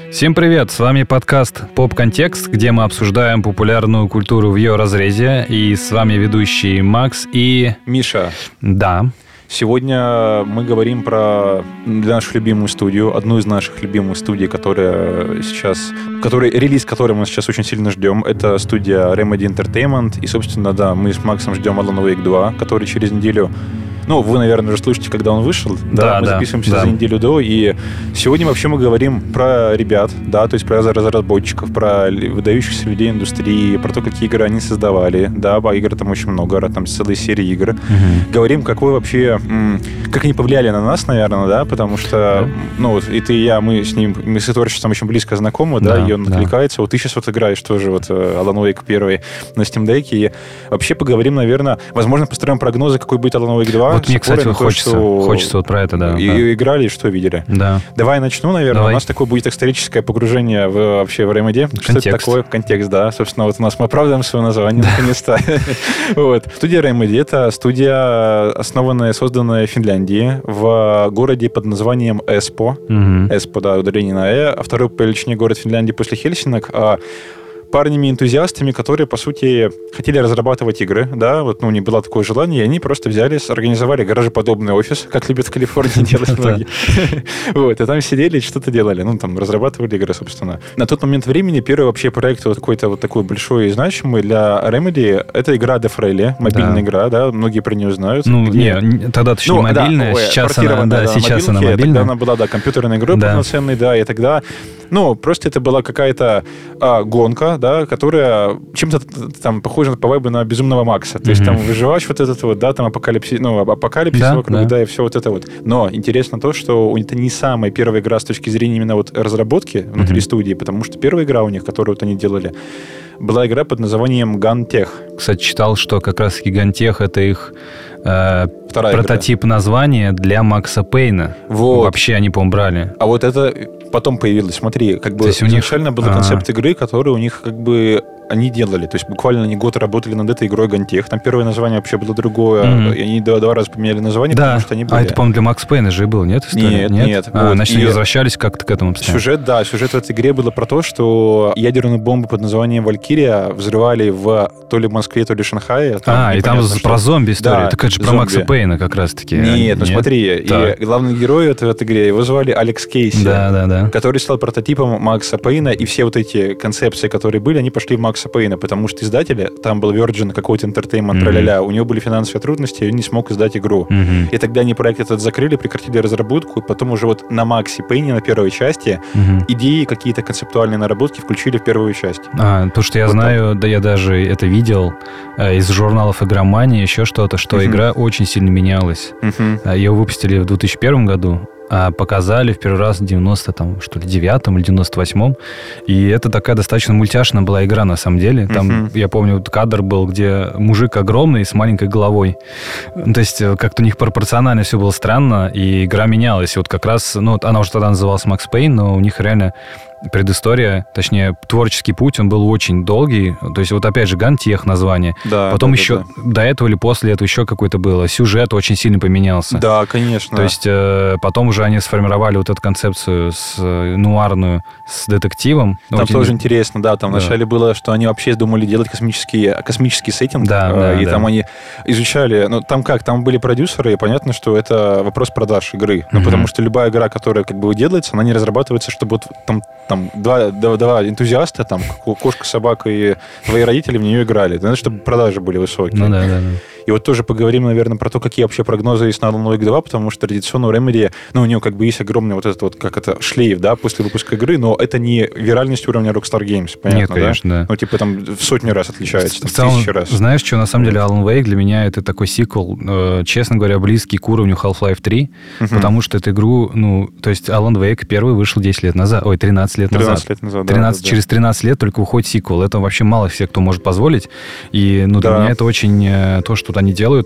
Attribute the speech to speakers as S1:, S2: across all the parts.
S1: Всем привет, с вами подкаст «Поп-контекст», где мы обсуждаем популярную культуру в ее разрезе. И с вами ведущие Макс и...
S2: Миша.
S1: Да.
S2: Сегодня мы говорим про нашу любимую студию, одну из наших любимых студий, релиз которой мы сейчас очень сильно ждем. Это студия Remedy Entertainment. И, собственно, да, мы с Максом ждем Alan Wake 2, который через неделю... Ну, вы, наверное, уже слышите, когда он вышел. Мы записываемся за неделю до. И сегодня вообще мы говорим про ребят, да, то есть про разработчиков, про выдающихся людей индустрии, про то, какие игры они создавали. Да, игр там очень много, там целые серии игр. Говорим, какой вообще... Как они повлияли на нас, наверное, да, потому что, ну, вот и ты, и я, мы с творчеством очень близко знакомы, да, и он откликается. Вот ты сейчас вот играешь тоже вот Alan Wake 1 на Steam Deck, и вообще поговорим, наверное, возможно, построим прогнозы, какой будет Alan Wake 2.
S1: Вот мне, кстати, хочется вот про это, да.
S2: И играли, и что видели.
S1: Да.
S2: Давай начну, наверное.
S1: Давай.
S2: У нас такое будет историческое погружение вообще в Remedy. Что это такое? Контекст, да. Собственно, вот у нас мы оправдываем свое название, наконец-то. Студия Remedy — это студия, созданная в Финляндии, в городе под названием Эспо. Эспо, да, ударение на «э». А второй по величине город Финляндии после Хельсинок. Парнями-энтузиастами, которые, по сути, хотели разрабатывать игры, да, вот, ну, у них было такое желание, и они просто взяли, организовали гаражеподобный офис, как любят в Калифорнии делать многие. Вот, и там сидели и что-то делали, ну, там, разрабатывали игры, собственно. На тот момент времени первый вообще проект вот какой-то вот такой большой и значимый для Remedy — это игра Death Rally, мобильная игра, да, многие про нее знают.
S1: Ну, тогда-то еще не мобильная, сейчас она мобильная.
S2: Тогда она была, да, компьютерной игрой полноценной, да, и тогда, ну, просто это была какая-то гонка, да, которая чем-то там похожа по вайбу на Безумного Макса. То есть там выживаешь вот этот вот, да, там апокалипсис вокруг, да, и все вот это вот. Но интересно то, что это не самая первая игра с точки зрения именно вот разработки внутри студии, потому что первая игра у них, которую вот они делали, была игра под названием GunTech.
S1: Кстати, читал, что как раз-таки GunTech — это их прототип названия для Макса Пейна.
S2: Вот.
S1: Вообще они, по-моему, брали.
S2: А вот это потом появилось. Смотри, как бы изначально был концепт игры, который у них как бы они делали. То есть буквально они год работали над этой игрой GunTech. Там первое название вообще было другое. И они два раза поменяли название, потому что они были...
S1: А это, по-моему, для Макса Пейна же и был, нет? История?
S2: Нет.
S1: Значит, они возвращались как-то к этому обстоятельству.
S2: Сюжет в этой игре было про то, что ядерную бомбу под названием «Валькирия» взрывали то ли в Москве, то ли в Шанхае.
S1: И там про зомби история. Так это же про Макса Пейна как раз-таки.
S2: Нет, ну смотри. И главный герой в этой игре, его звали Алекс Кейси, который стал прототипом Макса Пейна, и все вот эти концепции, которые были, они пошли в Макса Пейна, потому что издатели, там был Virgin, какой-то Entertainment, тра-ля-ля, у него были финансовые трудности, и он не смог издать игру. И тогда они проект этот закрыли, прекратили разработку, и потом уже вот на Максе Пейне, на первой части, идеи, какие-то концептуальные наработки включили в первую часть.
S1: То, что я знаю, да, я даже это видел из журналов «Игромания», еще что-то, что игра очень сильно менялась. Ее выпустили в 2001 году, а показали в первый раз в 99-м или 98-м. И это такая достаточно мультяшная была игра, на самом деле. Там, я помню, кадр был, где мужик огромный с маленькой головой. То есть как-то у них пропорционально все было странно, и игра менялась. И вот как раз, она уже тогда называлась Макс Пейн, но у них реально предыстория, точнее, творческий путь, он был очень долгий. То есть вот опять же GunTech название. Потом еще до этого или после этого еще какой-то было. Сюжет очень сильно поменялся.
S2: Да, конечно.
S1: То есть потом уже они сформировали вот эту концепцию нуарную с детективом.
S2: Там тоже интересно, да. Там вначале было, что они вообще думали делать космический сеттинг. И там они изучали... Там были продюсеры, и понятно, что это вопрос продаж игры. Потому что любая игра, которая как бы делается, она не разрабатывается, чтобы вот там два энтузиаста, там, кошка, собака и твои родители в нее играли. Надо, чтобы продажи были высокие. И вот тоже поговорим, наверное, про то, какие вообще прогнозы есть на Alan Wake 2, потому что традиционно у Remedy, у него как бы есть огромный вот этот вот, как это, шлейф, да, после выпуска игры, но это не виральность уровня Rockstar Games, понятно,
S1: нет, конечно, да?
S2: Типа там в сотни раз отличается, в
S1: целом,
S2: 1000 раз.
S1: Знаешь, что на самом деле Alan Wake для меня это такой сиквел, честно говоря, близкий к уровню Half-Life 3, потому что эту игру, то есть Alan Wake первый вышел 10 лет назад, 13 лет назад.
S2: 13 лет назад,
S1: 13, через 13 лет только выходит сиквел. Это вообще мало всех, кто может позволить. И для меня это очень то, что они делают.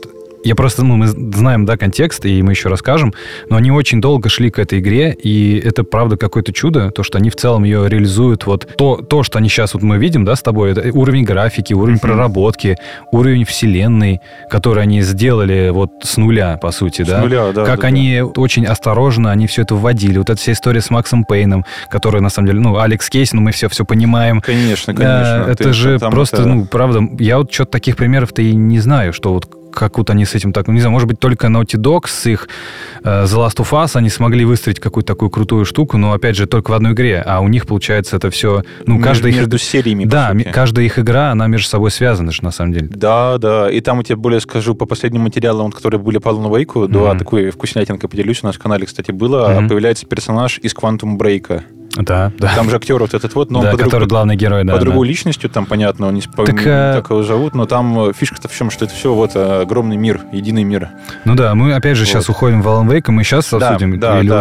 S1: я просто, мы знаем, да, контекст, и мы еще расскажем, но они очень долго шли к этой игре, и это, правда, какое-то чудо, то, что они в целом ее реализуют. Вот то, что они сейчас, вот мы видим, да, с тобой, это уровень графики, уровень проработки, уровень вселенной, который они сделали вот с нуля, по сути, да.
S2: С нуля, да.
S1: Как они очень осторожно, они все это вводили. Вот эта вся история с Максом Пейном, который, на самом деле, Алекс Кейси, мы все понимаем.
S2: Конечно.
S1: Это же просто, правда, я вот что-то таких примеров-то и не знаю, что вот как вот они с этим так... не знаю, может быть, только Naughty Dog с их The Last of Us они смогли выстроить какую-то такую крутую штуку, но, опять же, только в одной игре. А у них, получается, это все...
S2: Между сериями,
S1: да, каждая их игра, она между собой связана же, на самом деле.
S2: Да. И там, я тебе более скажу, по последним материалам, которые были по Alan Wake, да, такой вкуснятинкой поделюсь, у нас в канале, кстати, было, появляется персонаж из Quantum Break.
S1: Да.
S2: Там же актер вот этот вот, но он
S1: который главный герой, да.
S2: По другой личностью, там, понятно, он не так его зовут, но там фишка-то в чем, что это все вот огромный мир, единый мир.
S1: Ну да, мы опять же сейчас уходим в Alan Wake, мы сейчас обсудим.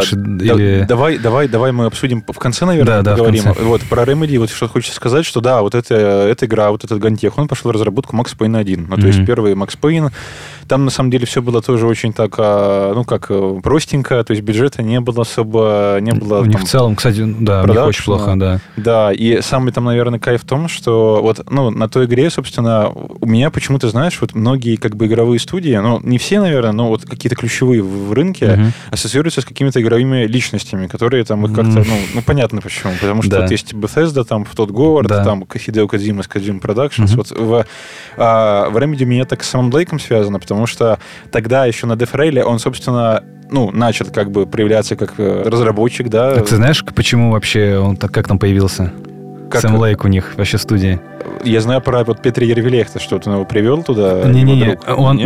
S2: Давай мы обсудим в конце, наверное, поговорим. Вот, про Remedy, вот что хочется сказать, что да, вот эта игра, вот этот Гантех, он пошел в разработку Max Payne 1. Ну, то есть первый Max Payne, там на самом деле все было тоже очень так, простенько, то есть бюджета не было особо, не было...
S1: У них в целом, кстати, да, у них очень плохо, да.
S2: Да, и самый там, наверное, кайф в том, что вот, на той игре, собственно, у меня почему-то, знаешь, вот многие как бы игровые студии, не все, наверное, но вот какие-то ключевые в рынке ассоциируются с какими-то игровыми личностями, которые там их как-то, понятно почему, потому что вот есть Bethesda, там Тодд Говард, там Хидео Кодзима с Kojima Productions, вот в Remedy у меня так с Sam Blake'ом связано, потому что тогда еще на Death Rally он, собственно, начал как бы проявляться как разработчик, да.
S1: А ты знаешь, почему вообще он так, как там появился? Сэм Лейк у них вообще в студии.
S2: Я знаю про Петра Ервелехта, что он его привел туда.
S1: Не-не-не,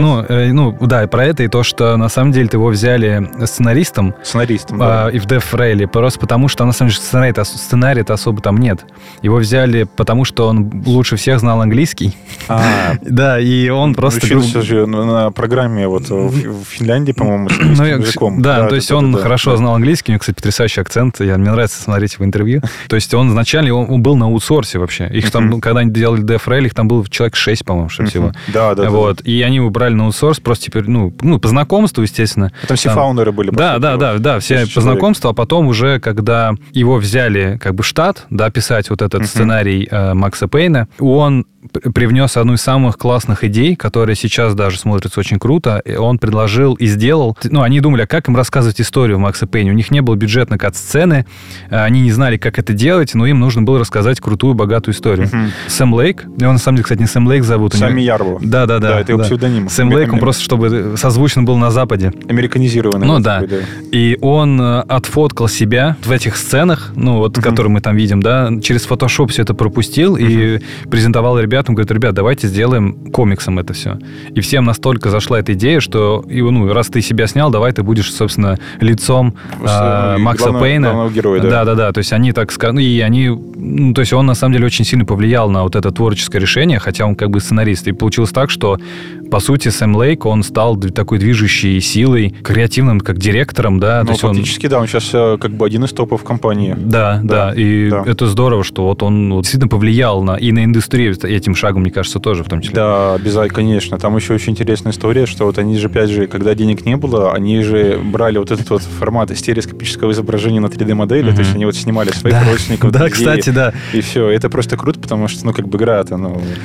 S1: да, про это и то, что на самом деле его взяли сценаристом.
S2: Да.
S1: И в Death Rally, просто потому что на самом деле сценария-то особо там нет. Его взяли, потому что он лучше всех знал английский. Да, и он просто...
S2: Учился же на программе вот в Финляндии, по-моему, с английским языком.
S1: Да, то есть он хорошо знал английский, у него, кстати, потрясающий акцент, мне нравится смотреть его интервью. То есть он изначально, он был на аутсорсе вообще. Их там, когда они делали Death Rally, их там было человек 6, по-моему, всего.
S2: Да.
S1: Вот. И они его брали на аутсорс просто теперь, по знакомству, естественно.
S2: Там все фаундеры были.
S1: Да, все по знакомству, а потом уже, когда его взяли как бы в штат, да, писать вот этот сценарий Макса Пейна, он привнес одну из самых классных идей, которая сейчас даже смотрится очень круто. Он предложил и сделал... они думали, а как им рассказывать историю Макса Пейна? У них не было бюджета на кат-сцены, они не знали, как это делать, но им нужно было рассказать крутую, богатую историю. Сэм Лейк, его на самом деле, кстати, не Сэм Лейк зовут.
S2: Сами Ярву.
S1: Да,
S2: это его псевдоним.
S1: Сэм Лейк, он просто, чтобы созвучно был на Западе.
S2: Американизированный.
S1: Да. И он отфоткал себя в этих сценах, которые мы там видим, да, через Photoshop все это пропустил и презентовал ребятам, говорит, ребят, давайте сделаем комиксом это все. И всем настолько зашла эта идея, что, раз ты себя снял, давай ты будешь, собственно, лицом Макса Пейна.
S2: Главного героя, да.
S1: Да. То есть они так сказали, и они, то есть он на самом деле очень сильно повлиял на вот это творческое решение, хотя он как бы сценарист. И получилось так, что, по сути, Сэм Лейк, он стал такой движущей силой, креативным, как директором, да.
S2: Фактически, он сейчас как бы один из топов компании.
S1: Да. И это здорово, что вот он действительно повлиял и на индустрию этим шагом, мне кажется, тоже в том числе.
S2: Да, обязательно, конечно. Там еще очень интересная история, что вот они же, опять же, когда денег не было, они же брали вот этот вот формат стереоскопического изображения на 3D-модели, то есть они вот снимали своих родственников.
S1: Да, кстати, да.
S2: И все. Это просто круто, потому что, как бы игра-то,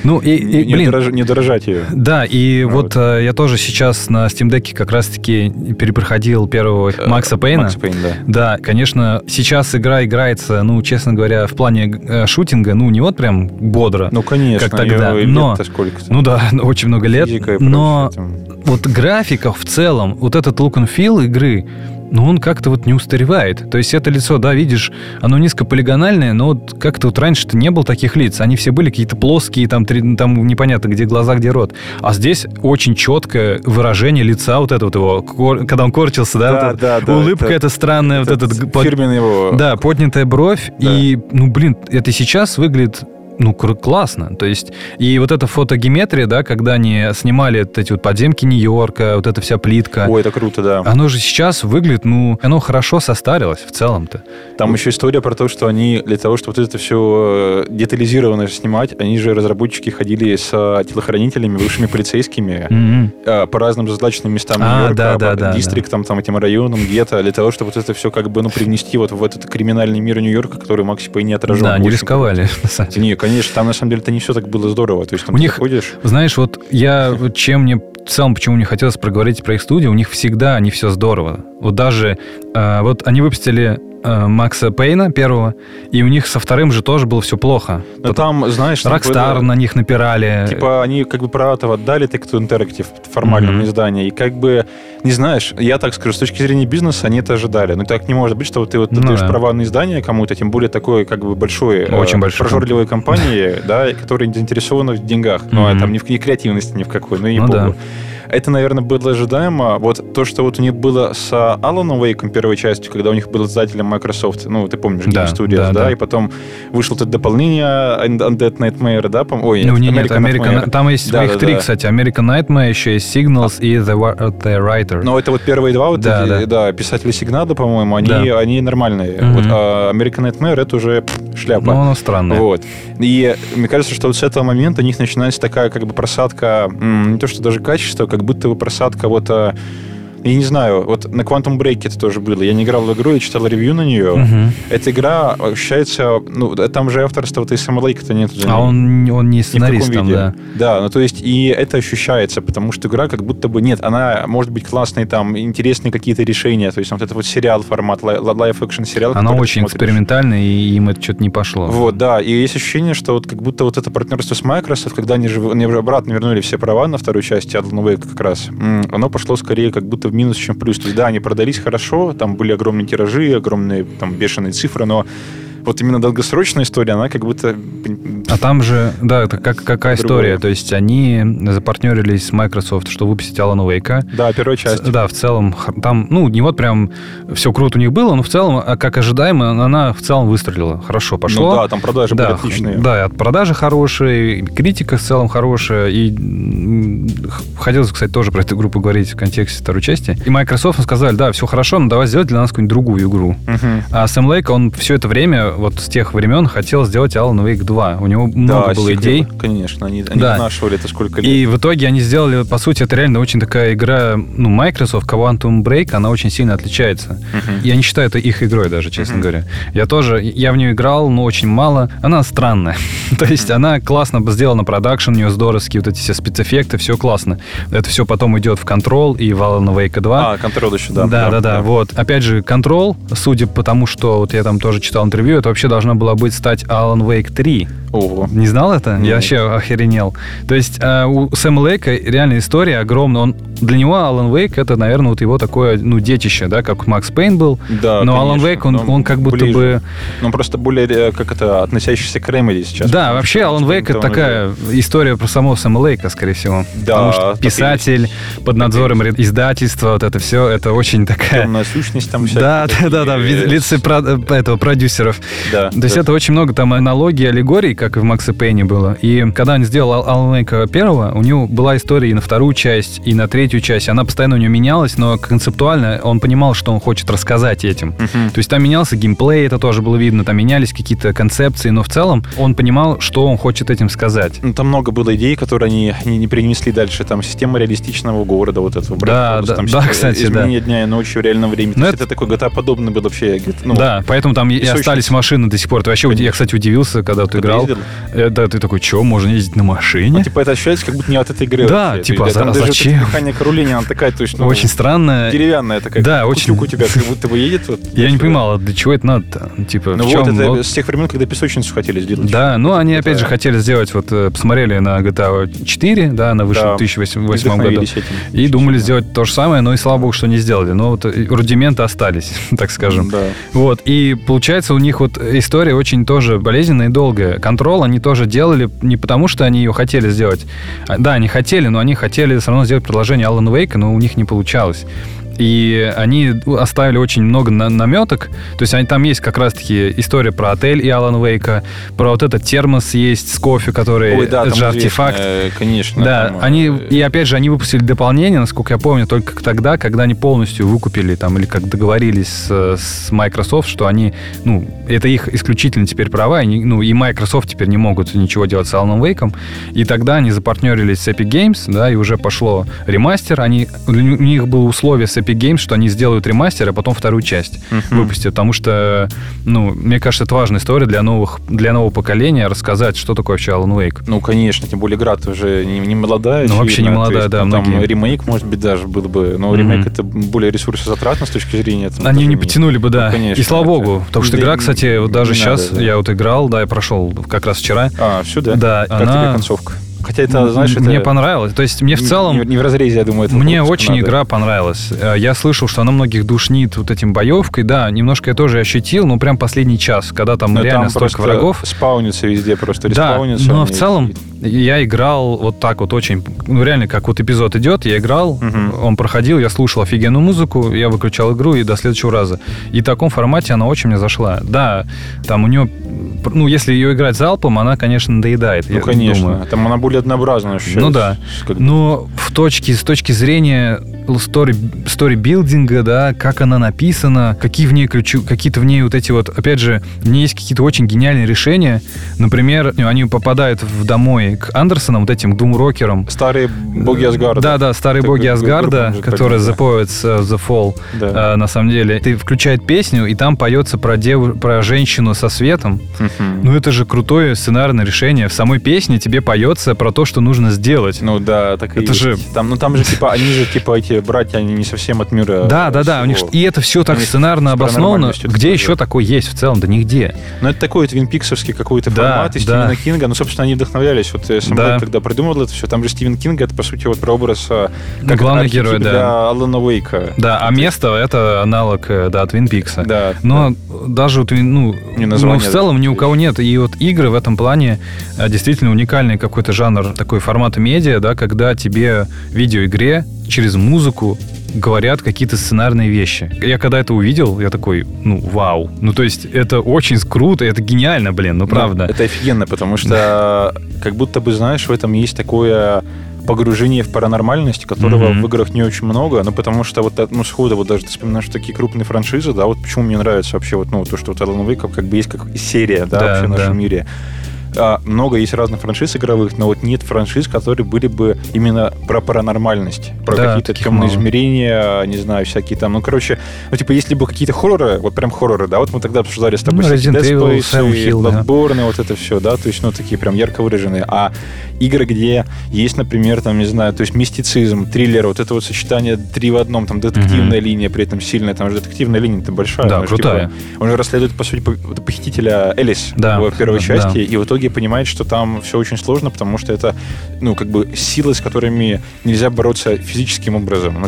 S2: не дорожать ее.
S1: Да, и вот я тоже сейчас на Steam Deck как раз-таки перепроходил первого Макса Пейна.
S2: Макс Пейн, да.
S1: Да, конечно, сейчас игра играется, честно говоря, в плане шутинга, не вот прям бодро.
S2: Конечно.
S1: Как тогда. Но, очень много лет. Но вот графика в целом, вот этот look and feel игры, он как-то вот не устаревает. То есть это лицо, да, видишь, оно низкополигональное, но вот как-то вот раньше-то не было таких лиц. Они все были какие-то плоские, там непонятно, где глаза, где рот. А здесь очень четкое выражение лица вот этого его, когда он корчился, да, улыбка эта странная, вот этот...
S2: Фирменный его...
S1: Да, поднятая бровь. Да. И, это сейчас выглядит... классно. То есть, и вот эта фотогеометрия, да, когда они снимали вот эти вот подземки Нью-Йорка, вот эта вся плитка.
S2: Ой, это круто, да.
S1: Оно же сейчас выглядит, оно хорошо состарилось в целом-то.
S2: Там еще история про то, что они для того, чтобы вот это все детализированно снимать, они же, разработчики, ходили с телохранителями, бывшими полицейскими по разным злачным местам Нью-Йорка, по дистриктам, там, этим районам, гетто, для того, чтобы вот это все как бы, привнести вот в этот криминальный мир Нью-Йорка, который Макс по и не отражен.
S1: Да, не рисковали, на самом деле.
S2: Не, конечно, там на самом деле это не все так было здорово. То есть там
S1: у них, ходишь... Знаешь, вот в целом, почему мне хотелось проговорить про их студию, у них всегда не все здорово. Вот даже, вот они выпустили Макса Пейна первого, и у них со вторым же тоже было все плохо.
S2: Но там, знаешь...
S1: Rockstar на них напирали.
S2: Типа они как бы права-то отдали Take-Two Interactive формальному изданию, и как бы, не знаешь, я так скажу, с точки зрения бизнеса они это ожидали. Но так не может быть, что ты вот даешь права на издание кому-то, тем более такой как бы большой,
S1: очень
S2: прожорливой компании, да, которая не заинтересована в деньгах. Ну, а там ни в креативности ни в какой, и богу. Это, наверное, было ожидаемо. Вот то, что вот у них было с Аланом Вейком первой частью, когда у них был издателем Microsoft, ты помнишь, Game Studios, да, и потом вышло это дополнение Undead Nightmare, да, по-моему?
S1: Нет, American... Там есть их три, кстати. American Nightmare, еще есть Signals и The Writer.
S2: Но это вот первые два, писатели Сигнала, по-моему, они нормальные. Вот, а American Nightmare это уже шляпа.
S1: Оно странное.
S2: Вот. И мне кажется, что вот с этого момента у них начинается такая как бы просадка, не то что даже качество, как будто бы просадка я не знаю, вот на Quantum Break это тоже было. Я не играл в игру, я читал ревью на нее. Эта игра ощущается... там же авторства Сэма Лейка-то нет.
S1: Он не сценарист там, да.
S2: Да, то есть и это ощущается, потому что игра как будто бы... Нет, она может быть классной, там, интересные какие-то решения. То есть вот это вот сериал, формат, лайв-экшн сериал.
S1: Она очень экспериментальная, и им это что-то не пошло.
S2: Вот, да. И есть ощущение, что вот как будто вот это партнерство с Microsoft, когда они обратно вернули все права на вторую часть Alan Wake как раз, оно пошло скорее как будто в минус, чем в плюс. То есть, да, они продались хорошо, там были огромные тиражи, огромные там бешеные цифры, но вот именно долгосрочная история, она как будто...
S1: А там же, да, это какая история? То есть они запартнерились с Microsoft, чтобы выпустить Алана Вейка.
S2: Да, первая часть.
S1: Да, в целом, там, не вот прям все круто у них было, но в целом, как ожидаемо, она в целом выстрелила. Хорошо пошло.
S2: Ну да, там продажи были отличные.
S1: Да, продажи хорошие, и критика в целом хорошая, и хотелось, кстати, тоже про эту игру поговорить в контексте второй части. И Microsoft сказали, да, все хорошо, но давай сделать для нас какую-нибудь другую игру. А Сэм Лейк, он все это время вот с тех времен хотел сделать Alan Wake 2. У него много было идей.
S2: Конечно, они вынашивали это сколько лет.
S1: И в итоге они сделали, по сути, это реально очень такая игра, Microsoft, Quantum Break, она очень сильно отличается. Я не считаю это их игрой даже, честно говоря. Я в нее играл, но очень мало. Она странная. То есть она классно сделана, продакшн у нее здоровский, вот эти все спецэффекты, все классно. Это все потом идет в Control и в Alan Wake 2.
S2: Control еще, да.
S1: Да. Вот. Опять же, Control, судя по тому, что вот я там тоже читал интервью, это вообще должна была стать Alan Wake 3.
S2: Ого.
S1: Не знал это? Нет. Я вообще охеренел. То есть у Сэма Лейка реально история огромная. Для него Alan Wake это, наверное, вот его такое, детище, да, как Макс Пейн был.
S2: Да,
S1: но конечно. Alan Wake, он как будто бы...
S2: Он просто более, относящийся к Remedy сейчас.
S1: Да, вообще Alan Wake это такая история про самого Сэма Лейка, скорее всего.
S2: Да.
S1: Потому что писатель под надзором издательства, вот это все, это очень такая...
S2: Темная сущность там вся.
S1: Да, в лице продюсеров.
S2: Да.
S1: То есть это очень много там аналогий, аллегорий, как и в Максе Пейне было. И когда он сделал Alan Wake 1, у него была история и на вторую часть, и на третью часть. Она постоянно у него менялась, но концептуально он понимал, что он хочет рассказать этим. То есть там менялся геймплей, это тоже было видно, там менялись какие-то концепции, но в целом он понимал, что он хочет этим сказать.
S2: Там много было идей, которые они не принесли дальше. Там система реалистичного города, вот этого.
S1: Да, кстати,
S2: изменение дня и ночи в реальном времени. То есть это такой GTA-подобный был вообще.
S1: Да, поэтому там и остались машины до сих пор. Я, кстати, удивился, когда ты играл. Да, ты такой, что, можно ездить на машине?
S2: Это ощущается, как будто не от этой игры.
S1: Да,
S2: там даже
S1: зачем?
S2: Механика руления, она такая, то есть,
S1: очень странная.
S2: Деревянная такая.
S1: Да, очень.
S2: У тебя как будто бы едет.
S1: Я не понимал, для чего это надо-то?
S2: Это с тех времен, когда песочницу хотели сделать.
S1: Да, они опять же хотели сделать, посмотрели на GTA 4, да, она вышла в 2008 году, и думали сделать то же самое, но и слава богу, что не сделали. Но рудименты остались, так скажем.
S2: Да.
S1: Вот, и получается у них история очень тоже болезненная и долгая. Control они тоже делали не потому, что они ее хотели сделать. Да, они хотели, но они хотели все равно сделать продолжение Alan Wake, но у них не получалось. И они оставили очень много наметок. То есть там есть как раз-таки история про отель и Алана Уэйка, про вот этот термос есть с кофе, который...
S2: Ой, да,
S1: это же артефакт.
S2: Конечно.
S1: Да,
S2: там,
S1: и опять же, они выпустили дополнение, насколько я помню, только тогда, когда они полностью выкупили там, или как договорились с Microsoft, что они, это их исключительно теперь права, и Microsoft теперь не могут ничего делать с Аланом Уэйком. И тогда они запартнерились с Epic Games, да, и уже пошло ремастер. У них было условие с Epic Games, что они сделают ремастер, а потом вторую часть выпустят. Потому что, мне кажется, это важная история для нового поколения, рассказать, что такое вообще Alan Wake.
S2: Конечно, тем более игра-то уже не молодая.
S1: Вообще не молодая, да.
S2: Там ремейк, может быть, даже был бы. Но ремейк это более ресурсозатратно с точки зрения...
S1: Они не потянули бы, да.
S2: Конечно,
S1: и слава богу. Потому что игра, кстати, вот даже сейчас, я вот играл, да, я прошел как раз вчера.
S2: Все, да?
S1: Да.
S2: Как тебе концовка? Хотя это, знаешь,
S1: мне понравилось. То есть мне в целом...
S2: Не в разрезе, я думаю, это
S1: мне очень игра понравилась. Я слышал, что она многих душнит вот этим боевкой. Да, немножко я тоже ощутил, но прям последний час, когда там реально столько врагов.
S2: Спаунится везде просто, респаунится.
S1: Да, но в целом я играл вот так вот очень... реально, как вот эпизод идет, я играл, он проходил, я слушал офигенную музыку, я выключал игру и до следующего раза. И в таком формате она очень мне зашла. Да, там у нее... если ее играть залпом, она, конечно, надоедает.
S2: Конечно.
S1: Думаю.
S2: Там она более однообразная ощущается.
S1: Да. Но с точки зрения сторибилдинга, да, как она написана, какие в ней какие-то в ней вот эти вот... Опять же, в ней есть какие-то очень гениальные решения. Например, они попадают домой к Андерсонам, вот этим Думрокерам.
S2: Старые боги Асгарда.
S1: Да, старые боги Асгарда, которые The Poets of the Fall,
S2: да.
S1: На самом деле. Ты включает песню, и там поется про женщину со светом. Это же крутое сценарное решение. В самой песне тебе поется про то, что нужно сделать.
S2: Да, так и
S1: это же...
S2: Там же, они же, эти братья, они не совсем от мира.
S1: Да. И это все так сценарно обосновано. Где еще такое есть в целом? Да нигде.
S2: Это такой твин-пиксовский какой-то формат из Стивена Кинга. Собственно, они вдохновлялись. Вот сам когда придумывал это все, там же Стивен Кинг, это, по сути, вот про образ как
S1: главный герой,
S2: для Алана Уэйка.
S1: Да, а место — это аналог, Твин Пикса.
S2: Да.
S1: Но даже в целом ни у кого нет. И вот игры в этом плане действительно уникальный какой-то жанр, такой формат медиа, да, когда тебе в видеоигре через музыку говорят какие-то сценарные вещи. Я когда это увидел, я такой, вау. То есть это очень круто, это гениально, правда.
S2: Это офигенно, потому что как будто бы, знаешь, в этом есть такое погружение в паранормальность, которого в играх не очень много, потому что сходу вот даже ты вспоминаешь такие крупные франшизы, да, вот почему мне нравится вообще то, что Alan Wake как бы есть как серия, вообще в нашем мире. Много есть разных франшиз игровых, но вот нет франшиз, которые были бы именно про паранормальность, про какие-то темные измерения, не знаю, всякие там. Если бы какие-то хорроры, вот прям хорроры, да, вот мы тогда обсуждали с тобой
S1: Resident Evil, Silent Hill,
S2: Bloodborne, вот это все, да, то есть, такие прям ярко выраженные. А игры, где есть, например, там, не знаю, то есть мистицизм, триллер, вот это вот сочетание 3 в одном, там, детективная линия при этом сильная, там же детективная линия-то большая.
S1: Да, крутая.
S2: Он же расследует, по сути, похитителя Элис в первой части, и в итоге понимает, что там все очень сложно, потому что это, силы, с которыми нельзя бороться физическим образом.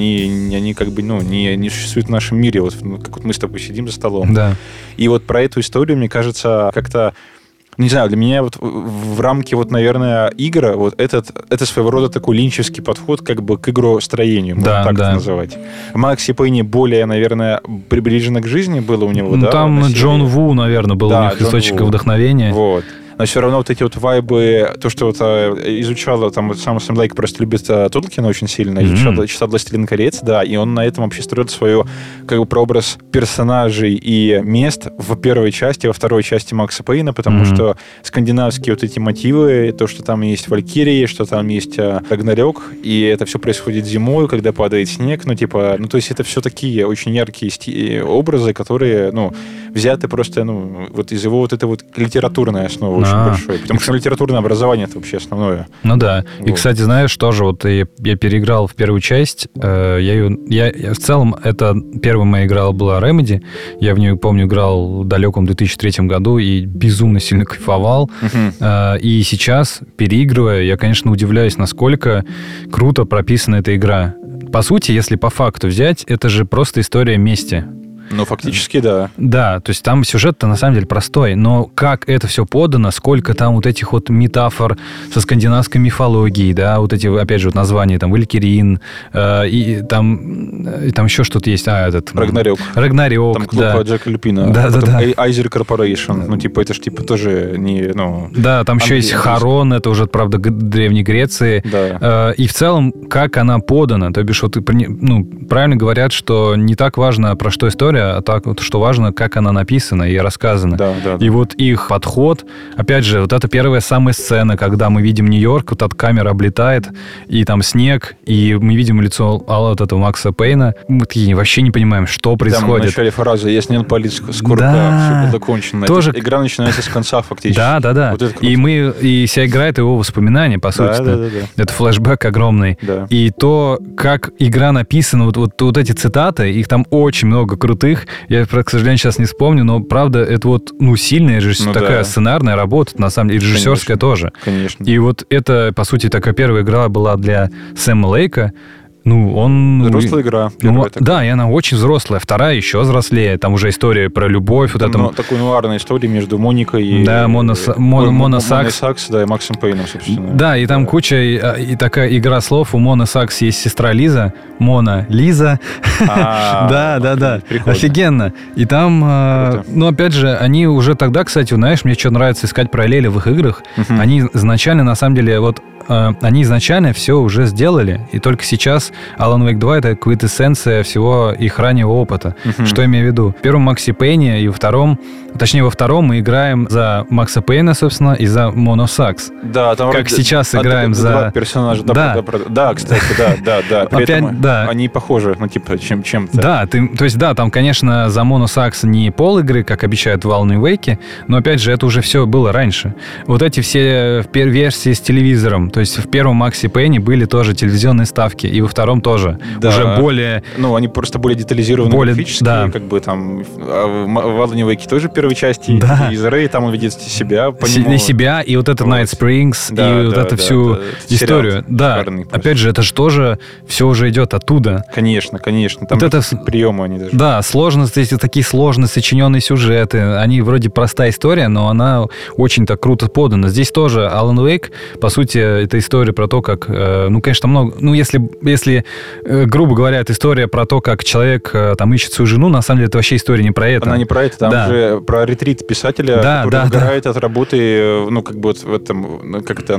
S2: Они как бы, не существуют в нашем мире. Вот, как вот мы с тобой сидим за столом.
S1: Да.
S2: И вот про эту историю, мне кажется, как-то не знаю, для меня вот в рамке, наверное, игр, это своего рода такой линчевский подход как бы к игростроению, можно так это называть. Макси Пейни более, наверное, приближено к жизни было у него, да?
S1: Там Джон Ву, наверное, был у них источником вдохновения.
S2: Вот. Но все равно вот эти вот вайбы, то, что изучала, там сам Лайк просто любит Толкина очень сильно, читал «Властелин колец», да, и он на этом вообще строит свою, как бы, прообраз персонажей и мест в первой части, во второй части Макса Пейна, потому что скандинавские вот эти мотивы, то, что там есть Валькирии, что там есть Рагнарёк, и это все происходит зимой, когда падает снег, то есть это все такие очень яркие образы, которые, взяты просто, вот из его вот этой вот литературной основы очень большой. Потому что литературное образование — это вообще основное.
S1: Да. Вот. И, кстати, знаешь, тоже я переиграл в первую часть. Я в целом, это первая моя игра была Remedy. Я в нее, помню, играл в далеком 2003 году и безумно сильно кайфовал. И сейчас, переигрывая, я, конечно, удивляюсь, насколько круто прописана эта игра. По сути, если по факту взять, это же просто история мести.
S2: Ну, фактически, да.
S1: Да, то есть там сюжет-то на самом деле простой, но как это все подано, сколько там вот этих вот метафор со скандинавской мифологией, да, вот эти, опять же, вот названия, там, Валькирин, и там еще что-то есть,
S2: Рагнарёк.
S1: Рагнарёк,
S2: там клуб Джека Люпина.
S1: Да.
S2: Айзер Корпорейшн, ну, типа, это ж, типа, тоже не, ну...
S1: Да, там еще есть Харон, это уже, правда, Древней Греции.
S2: Да.
S1: И в целом, как она подана, то бишь, вот, ну, правильно говорят, что не так важно, про что история, а так, вот, что важно, как она написана и рассказана.
S2: Да.
S1: И вот их подход, опять же, вот это первая самая сцена, когда мы видим Нью-Йорк, вот эта камера облетает, и там снег, и мы видим лицо вот этого Макса Пейна. Мы такие вообще не понимаем, что происходит.
S2: Там в начале фразы «Я снял палец с курка»,
S1: да.
S2: все закончено.
S1: Тоже...
S2: Игра начинается с конца фактически.
S1: Да.
S2: Вот
S1: и вся игра — это его воспоминания, по сути.
S2: Да.
S1: Это флешбэк огромный.
S2: Да.
S1: И то, как игра написана, вот эти цитаты, их там очень много крутых. Я, к сожалению, сейчас не вспомню, но, правда, это вот, ну, сильная такая сценарная работа, на самом деле, и режиссерская тоже.
S2: Конечно.
S1: И вот это, по сути, такая первая игра была для Сэма Лейка. Ну, он...
S2: Взрослая игра.
S1: Да, и она очень взрослая. Вторая еще взрослее. Там уже история про любовь. Вот это...
S2: Такой нуарная история между Моникой и...
S1: Да, Мона Сакс.
S2: Да, и Максом Пейном, собственно.
S1: Да, и там куча... И такая игра слов. У Моны Сакс есть сестра Лиза. Мона Лиза. Да.
S2: Прикольно.
S1: Офигенно. И там... Ну, опять же, они уже тогда, кстати, знаешь, мне что нравится искать параллели в их играх. Они изначально, на самом деле, вот... Они изначально все уже сделали, и только сейчас Alan Wake 2 — это квинтэссенция всего их раннего опыта. Что я имею в виду? В первом Максе Пейне и во втором мы играем за Макса Пейна, собственно, и за Моно Сакс.
S2: Да, там
S1: как сейчас играем за...
S2: Два персонажа. Да, кстати, да. При этом они похожи, ну, типа, чем-то.
S1: Да, то есть, да, там, конечно, за Моно Сакс не пол игры, как обещают в Alan Wake, но, опять же, это уже все было раньше. Вот эти все версии с телевизором. То есть в первом Максе Пейне были тоже телевизионные ставки, и во втором тоже. Да. Уже более...
S2: Ну, они просто более детализированы графически, как бы там... В Alan Wake тоже первой части телевизора, и там он видит себя по нему.
S1: Себя, и вот это Night Springs, и вот эту всю историю. Да, опять же, это же тоже все уже идет оттуда.
S2: Конечно. Там
S1: вот это
S2: приемы они даже.
S1: Да, сложности, эти такие сложно сочиненные сюжеты. Они вроде простая история, но она очень так круто подана. Здесь тоже Alan Wake, по сути, это история про то, как... Ну, конечно, много... Ну, если грубо говоря, это история про то, как человек там ищет свою жену, на самом деле это вообще история не про это.
S2: Она не про это, там же про ретрит писателя, который сгорает от работы, ну, как бы вот в этом... Как это?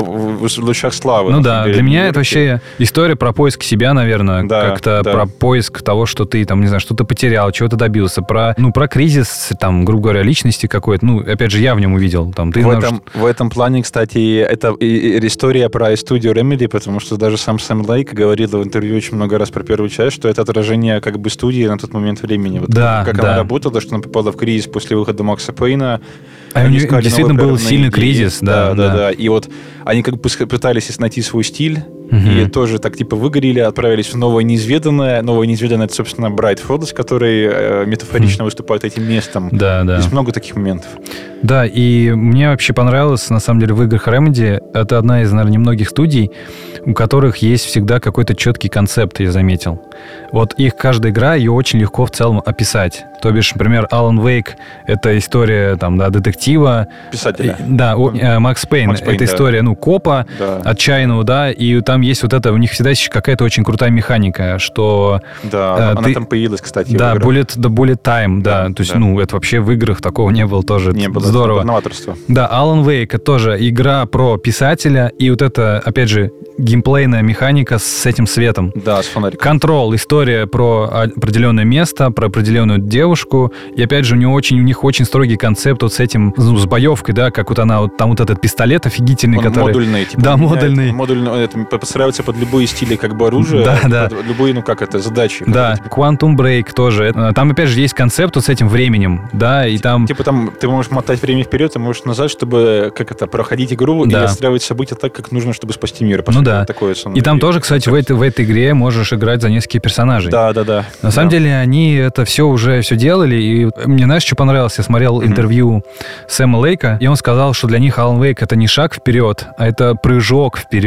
S2: В лучах славы.
S1: Ну да, для меня это вообще история про поиск себя, наверное. Как-то про поиск того, что ты, там, не знаю, что-то потерял, чего-то добился. Про кризис, там, грубо говоря, личности какой-то. Ну, опять же, я в нем увидел. Там,
S2: в этом плане, кстати, это история про студию Remedy, потому что даже сам Сэм Лейк говорил в интервью очень много раз про первую часть, что это отражение как бы студии на тот момент времени. Вот как она работала, что она попала в кризис после выхода Макса Пейна.
S1: Действительно был сильный кризис.
S2: Да. И вот они как бы пытались найти свой стиль, и тоже так типа выгорели, отправились в новое неизведанное. Новое неизведанное — это, собственно, Брайт Фолдс, который метафорично выступает этим местом.
S1: Да.
S2: Есть много таких моментов.
S1: Да, и мне вообще понравилось, на самом деле, в играх Remedy, это одна из, наверное, немногих студий, у которых есть всегда какой-то четкий концепт, я заметил. Вот их каждая игра, ее очень легко в целом описать. То бишь, например, Alan Wake — это история там, детектива.
S2: Писателя.
S1: Макс Пейн — это история копа, отчаянного, и там есть вот это, у них всегда есть какая-то очень крутая механика, что...
S2: Да, она там появилась, кстати.
S1: Да, bullet time, то есть, это вообще в играх такого не было тоже.
S2: Не было.
S1: Здорово.
S2: Новаторство.
S1: Да, Alan Wake — это тоже игра про писателя, и вот это, опять же, геймплейная механика с этим светом.
S2: Да, с фонариком.
S1: Контрол, история про определенное место, про определенную девушку, и опять же у них очень строгий концепт вот с этим, с боевкой, как вот она, там вот этот пистолет офигительный, который...
S2: модульный.
S1: Модульный.
S2: Это подстраивается под любые стили как бы оружия, под любые, задачи.
S1: Да, Quantum Break тоже. Там опять же есть концепт вот с этим временем, и там...
S2: Типа там ты можешь мотать время вперед, ты можешь назад, чтобы проходить игру и отстраивать события так, как нужно, чтобы спасти мир. Такое
S1: и там тоже, кстати, в этой игре можешь играть за нескольких персонажей.
S2: Да.
S1: На самом деле они это все уже делали, и мне, знаешь, что понравилось? Я смотрел интервью Сэма Лейка, и он сказал, что для них Alan Wake — это не шаг вперед, а это прыжок вперед.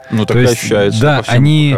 S2: Ну, так ощущается.
S1: Да, они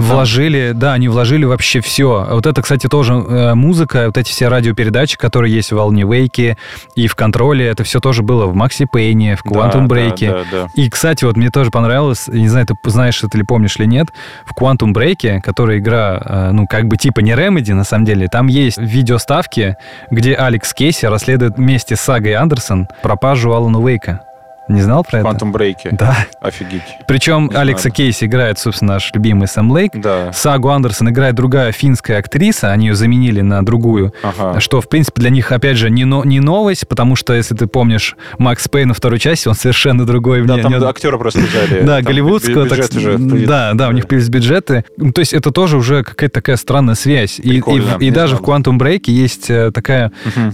S1: вложили вообще все. Вот это, кстати, тоже музыка, вот эти все радиопередачи, которые есть в Alan Wake и в Контроле, это все тоже было в Макси Пейне, в Quantum Break.
S2: Да.
S1: И, кстати, вот мне тоже понравилось, не знаю, ты знаешь это или помнишь или нет, в Quantum Break, которая игра, как бы типа не Remedy, на самом деле, там есть видеоставки, где Алекс Кейси расследует вместе с Сагой Андерсон пропажу Алана Уэйка. Не знал про это?
S2: В Quantum Break.
S1: Да.
S2: Офигеть.
S1: Причем Алекса Кейси играет, собственно, наш любимый Сэм Лейк.
S2: Да.
S1: Сагу Андерсон играет другая финская актриса, они ее заменили на другую, что, в принципе, для них, опять же, не новость, потому что, если ты помнишь Макс Пейн на второй части, он совершенно другой.
S2: Да, там актера просто взяли.
S1: Да, голливудского. Да, у них появились бюджеты. То есть это тоже уже какая-то такая странная связь. И даже в Quantum Break есть такая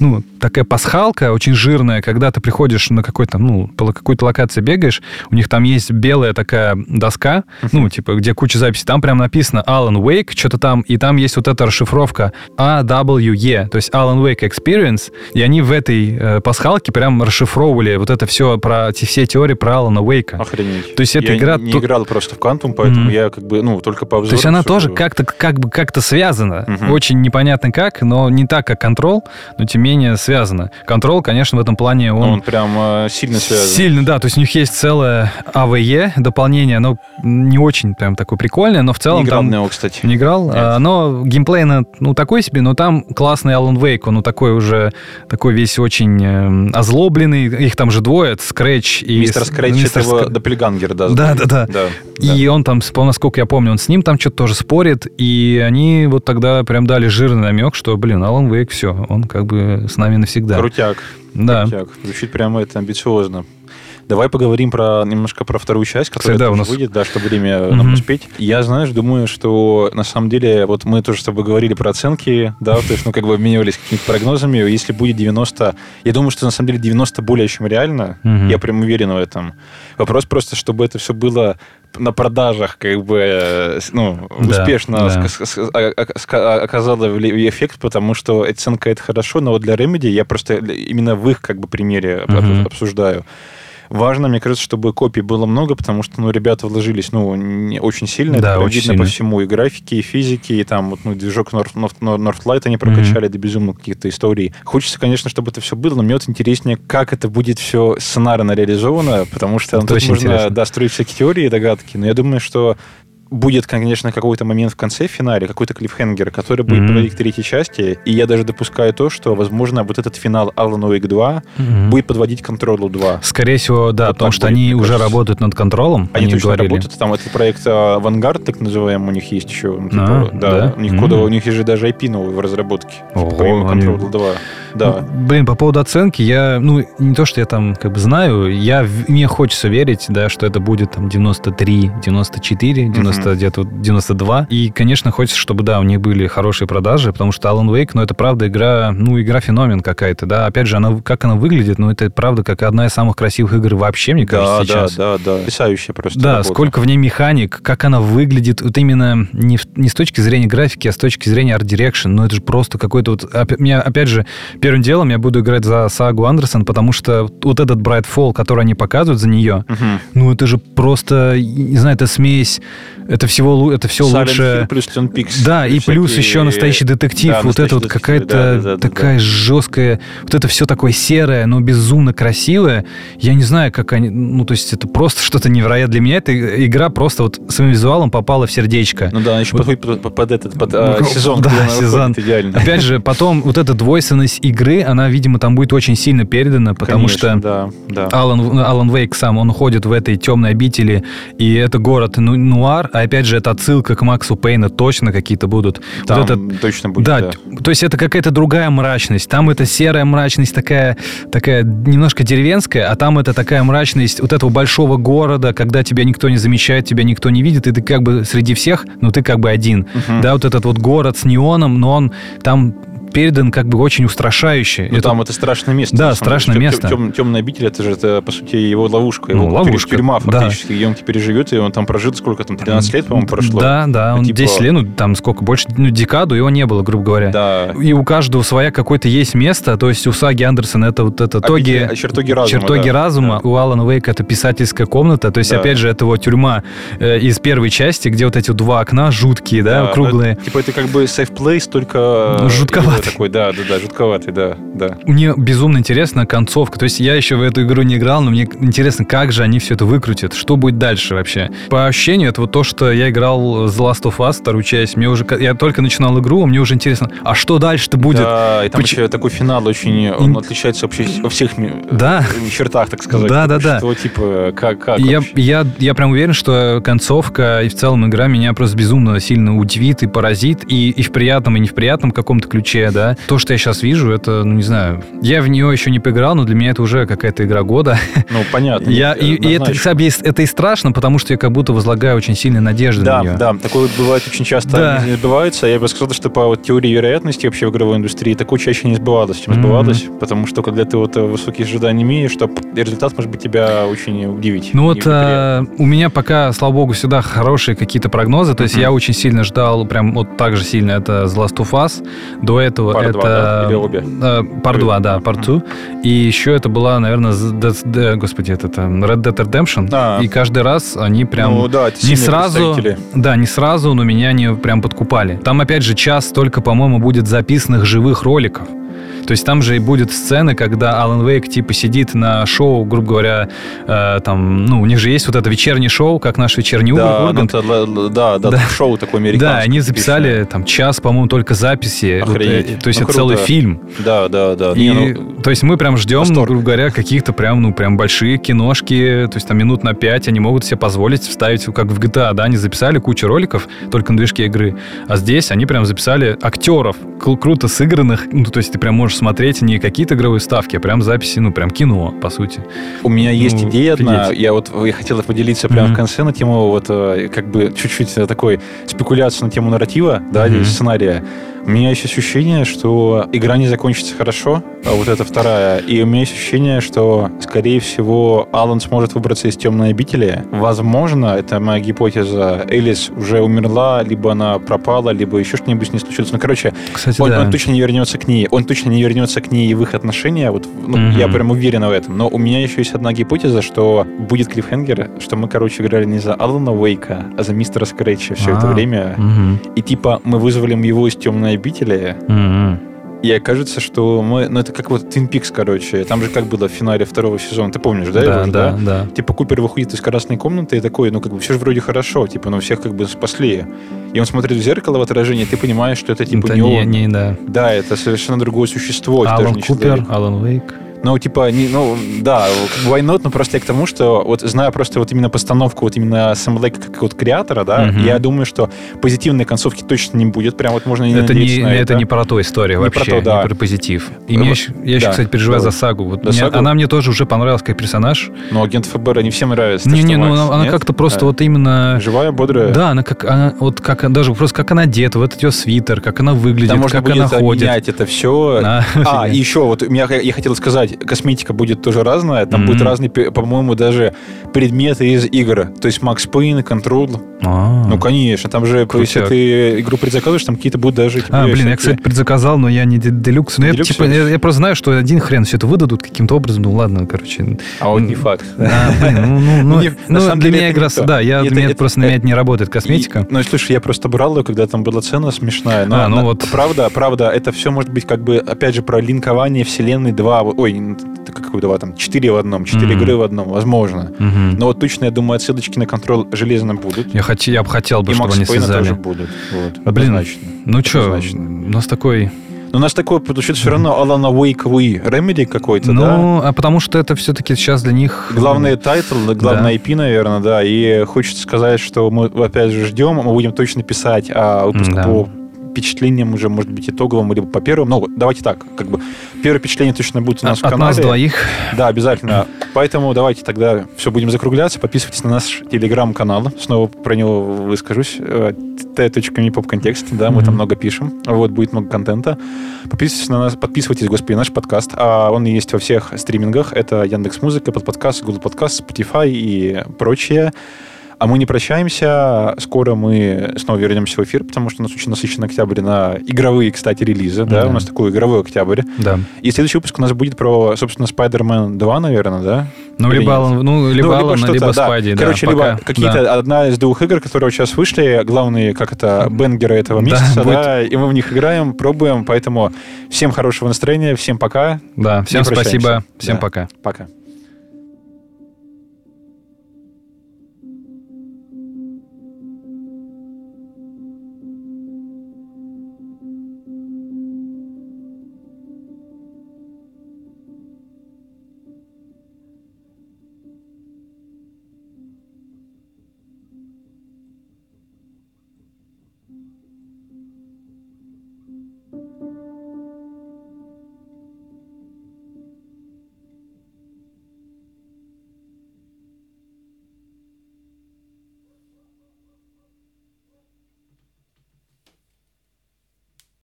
S1: пасхалка очень жирная, когда ты приходишь на какую-то локацию бегаешь, у них там есть белая такая доска, где куча записей, там прям написано Alan Wake, что-то там, и там есть вот эта расшифровка AWE, то есть Alan Wake Experience, и они в этой пасхалке прям расшифровывали вот это все все теории про Алана Уэйка.
S2: Охренеть.
S1: То есть эта игра...
S2: Я не играл просто в Quantum, поэтому я только по обзору...
S1: То есть она тоже как-то связана. Очень непонятно как, но не так, как Control, но тем не менее связана. Control, конечно, в этом плане
S2: он прям сильно связан.
S1: Сильно, да. То есть у них есть целое AVE дополнение, оно не очень прям такое прикольное, но в целом...
S2: Не играл
S1: там...
S2: на него, кстати.
S1: Не играл? Оно геймплейно, такой себе, но там классный Alan Wake, он такой уже, такой весь очень озлобленный. Их там же двое, Scratch и...
S2: Мистер Scratch, это его доппельгангер, да.
S1: Да. И он там, насколько я помню, он с ним там что-то тоже спорит, и они вот тогда прям дали жирный намек, что, Alan Wake, все, он как бы с нами навсегда.
S2: Крутяк.
S1: Да.
S2: Крутяк. Звучит прямо это амбициозно. Давай поговорим немножко про вторую часть, которая тоже выйдет, чтобы время нам успеть. Я, думаю, что на самом деле, вот мы тоже с тобой говорили про оценки, да, то есть, обменивались какими-то прогнозами. Если будет 90, я думаю, что на самом деле 90 более чем реально. Я прям уверен в этом. Вопрос просто, чтобы это все было на продажах, успешно оказало эффект, потому что оценка это хорошо, но вот для Remedy я просто именно в их примере обсуждаю. Важно, мне кажется, чтобы копий было много, потому что, ребята вложились, очень сильно.
S1: Да,
S2: это
S1: очень
S2: видно
S1: сильно.
S2: по всему. И графики, и физики, и там, движок Northlight они прокачали до безумных каких-то историй. Хочется, конечно, чтобы это все было, но мне вот интереснее, как это будет все сценарно реализовано, потому что тут можно строить всякие теории и догадки. Но я думаю, что будет, конечно, какой-то момент в конце, в финале, какой-то клиффхенгер, который будет подводить к третьей части, и я даже допускаю то, что, возможно, вот этот финал Alan Wake 2 будет подводить к Control 2.
S1: Скорее всего, да, потому что они уже работают над контролом.
S2: Они точно работают, там этот проект Vanguard, так называемый, у них есть еще. У них же даже IP новый в разработке. Помимо Control 2. Да.
S1: По поводу оценки, я, не то, что я там знаю, мне хочется верить, да, что это будет там 93, 94, 90 где-то 92. И, конечно, хочется, чтобы, у них были хорошие продажи, потому что Alan Wake, это правда игра феномен какая-то, да. Опять же, как она выглядит, это правда как одна из самых красивых игр вообще, мне кажется, сейчас.
S2: Да. Потрясающая просто
S1: работа. Сколько в ней механик, как она выглядит, вот именно не с точки зрения графики, а с точки зрения Art Direction. Это же просто какой-то опять же, первым делом я буду играть за Сагу Андерсон, потому что вот этот Brightfall, который они показывают за нее, это же просто, не знаю, это смесь. Это все лучше.
S2: Плюс Twin Peaks.
S1: Да, и плюс еще настоящий детектив. Да, это какая-то такая жесткая. Вот это все такое серое, но безумно красивое. Я не знаю, как они... то есть это просто что-то невероятное. Для меня эта игра просто своим визуалом попала в сердечко.
S2: Она еще подходит под сезон.
S1: Да, сезон.
S2: Идеально.
S1: Опять же, потом вот эта двойственность игры, она, видимо, там будет очень сильно передана, потому что Alan Wake сам, он ходит в этой темной обители, и это город нуар, а опять же, это отсылка к Максу Пейну, точно какие-то будут.
S2: Там точно будет,
S1: да. То есть это какая-то другая мрачность. Там это серая мрачность, такая немножко деревенская, а там это такая мрачность вот этого большого города, когда тебя никто не замечает, тебя никто не видит, и ты как бы среди всех, но ты как бы один. Да, вот этот вот город с неоном, но он там передан как бы очень устрашающе.
S2: Ну, там это страшное место.
S1: Да, страшное место.
S2: Темный обитель, это, по сути, его ловушка. Его
S1: ловушка.
S2: Тюрьма фактически, где он теперь живет, и он там прожил, сколько там, 13 лет, по-моему, прошло.
S1: Да, он 10 лет, там сколько, больше, декаду его не было, грубо говоря.
S2: Да.
S1: И у каждого своя какое-то есть место, то есть у Саги Андерсона это вот это чертоги разума. У Алана Уэйка это писательская комната, то есть, опять же, это вот тюрьма из первой части, где вот эти 2 окна жуткие, круглые.
S2: Это как бы safe place, только...
S1: Жутковатый.
S2: Такой, жутковатый, да.
S1: Мне безумно интересна концовка, то есть я еще в эту игру не играл, но мне интересно, как же они все это выкрутят, что будет дальше вообще. По ощущению, это вот то, что я играл The Last of Us, вторую часть, я только начинал игру, мне уже интересно, а что дальше-то будет?
S2: Да, и там еще такой финал очень, он отличается вообще во всех чертах, так сказать.
S1: Да.
S2: Что, типа, как
S1: я прям уверен, что концовка и в целом игра меня просто безумно сильно удивит и поразит, и в приятном, и не в приятном каком-то ключе, да. То, что я сейчас вижу, это, не знаю, я в нее еще не поиграл, но для меня это уже какая-то игра года.
S2: Ну, понятно.
S1: И это и страшно, потому что я как будто возлагаю очень сильные надежды на нее.
S2: Да, такое бывает очень часто, не сбывается. Я бы сказал, что по теории вероятности вообще в игровой индустрии такое чаще не сбывалось, чем сбывалось, потому что когда ты высокие ожидания имеешь, то результат может быть тебя очень удивить.
S1: Ну у меня пока, слава богу, всегда хорошие какие-то прогнозы, то есть я очень сильно ждал, прям вот так же сильно это The Last of Us, до этого
S2: Part
S1: это...
S2: 2, да? Или обе?
S1: Part 2, да, Part 2, и еще это была, наверное, Red Dead Redemption, и каждый раз они прям не сразу, но меня не прям подкупали. Там, опять же, час только, по-моему, будет записанных живых роликов. То есть там же и будет сцены, когда Алан Вейк типа сидит на шоу, грубо говоря, у них же есть вот это вечернее шоу, как наш вечерний Ургант.
S2: Шоу такое американское.
S1: Да, они записали там час, по-моему, только записи.
S2: Охренеть.
S1: То есть это целый фильм.
S2: Да.
S1: То есть мы прям ждем, грубо говоря, каких-то прям большие киношки, то есть там минут на 5 они могут себе позволить вставить, как в GTA, да, они записали кучу роликов только на движке игры, а здесь они прям записали актеров, круто сыгранных, то есть ты прям можешь смотреть не какие-то игровые ставки, а прям записи, прям кино, по сути.
S2: У меня есть идея одна, я хотел поделиться прямо в конце на тему как бы чуть-чуть такой спекуляции на тему нарратива, да, сценария. У меня есть ощущение, что игра не закончится хорошо, а вот эта вторая. И у меня есть ощущение, что, скорее всего, Алан сможет выбраться из темной обители. Возможно, это моя гипотеза, Элис уже умерла, либо она пропала, либо еще что-нибудь не случилось.
S1: Кстати,
S2: он точно не вернется к ней. Он точно не вернется к ней и в их отношения. Я прям уверен в этом. Но у меня еще есть одна гипотеза, что будет клиффхенгер, что мы, играли не за Алана Уэйка, а за мистера Скретча все это время. И типа мы вызволим его из темной обители. И окажется, что мы... это как Twin Peaks, Там же как было в финале 2-го сезона. Ты помнишь, да?
S1: Да.
S2: Типа Купер выходит из красной комнаты и такой, все же вроде хорошо. Всех спасли. И он смотрит в зеркало в отражении, и ты понимаешь, что это типа не он. Да, это совершенно другое существо.
S1: Алан Купер, Алан Вейк.
S2: why not, но просто я к тому, что зная просто именно постановку именно Сэм Лейка как креатора, да, я думаю, что позитивной концовки точно не будет, прям можно не надеяться на это.
S1: Это не про ту историю вообще, не про позитив. И я еще, кстати, переживаю за Сагу. Она мне тоже уже понравилась как персонаж.
S2: Но агент ФБР не всем нравится.
S1: Она как-то просто именно...
S2: Живая, бодрая.
S1: Да, даже просто как она одета, этот ее свитер, как она выглядит, как она ходит.
S2: Можно будет менять это все. И еще, я хотел сказать, косметика будет тоже разная. Там будут разные, по-моему, даже предметы из игр. То есть Макс Пейн, Control. Конечно. Там же, если ты игру предзаказываешь, там какие-то будут даже...
S1: я, кстати, предзаказал, но я не делюкс. Но я просто знаю, что один хрен все это выдадут каким-то образом. Ладно,
S2: А не факт.
S1: Для меня игра... Да, для меня просто на меня не работает косметика.
S2: Слушай, я просто брал ее, когда там была цена смешная. Правда, это все может быть опять же, про линкование вселенной 2... какой 2, 4 в одном, 4 игры в одном, возможно. Но точно, я думаю, отсылочки на Control железно будут.
S1: Я бы хотел, чтобы они связали.
S2: И Макс Пейна тоже будут. Однозначно.
S1: У нас такой...
S2: Но у нас такой, получается, все равно Алана Уэйковый ремеди какой-то, да?
S1: А потому что это все-таки сейчас для них...
S2: Главный тайтл, главный IP, наверное, да. И хочется сказать, что мы, опять же, ждем, мы будем точно писать выпуск по впечатлением уже, может быть, итоговым, либо по первым. Ну, давайте так, как бы первое впечатление точно будет у нас в канале.
S1: От нас двоих.
S2: Да, обязательно. Поэтому давайте тогда все, будем закругляться. Подписывайтесь на наш телеграм-канал. Снова про него выскажусь. t.mepopcontext, да, мы там много пишем. Вот, будет много контента. Подписывайтесь на нас, подписывайтесь, господи, наш подкаст. Он есть во всех стримингах. Это Яндекс.Музыка, Подподкаст, Google Подкаст, Spotify и прочее. А мы не прощаемся. Скоро мы снова вернемся в эфир, потому что у нас очень насыщенный октябрь на игровые, кстати, релизы. Да? У нас такой игровой октябрь.
S1: Да.
S2: И следующий выпуск у нас будет про, собственно, Spider-Man 2, наверное, да?
S1: Ну, либо Алан, либо Спайди.
S2: Да. Короче, либо какие-то одна из двух игр, которые сейчас вышли, главные, как это, бенгеры этого месяца, да, и мы в них играем, пробуем. Поэтому всем хорошего настроения, всем пока.
S1: Да, всем спасибо, всем пока.
S2: Пока.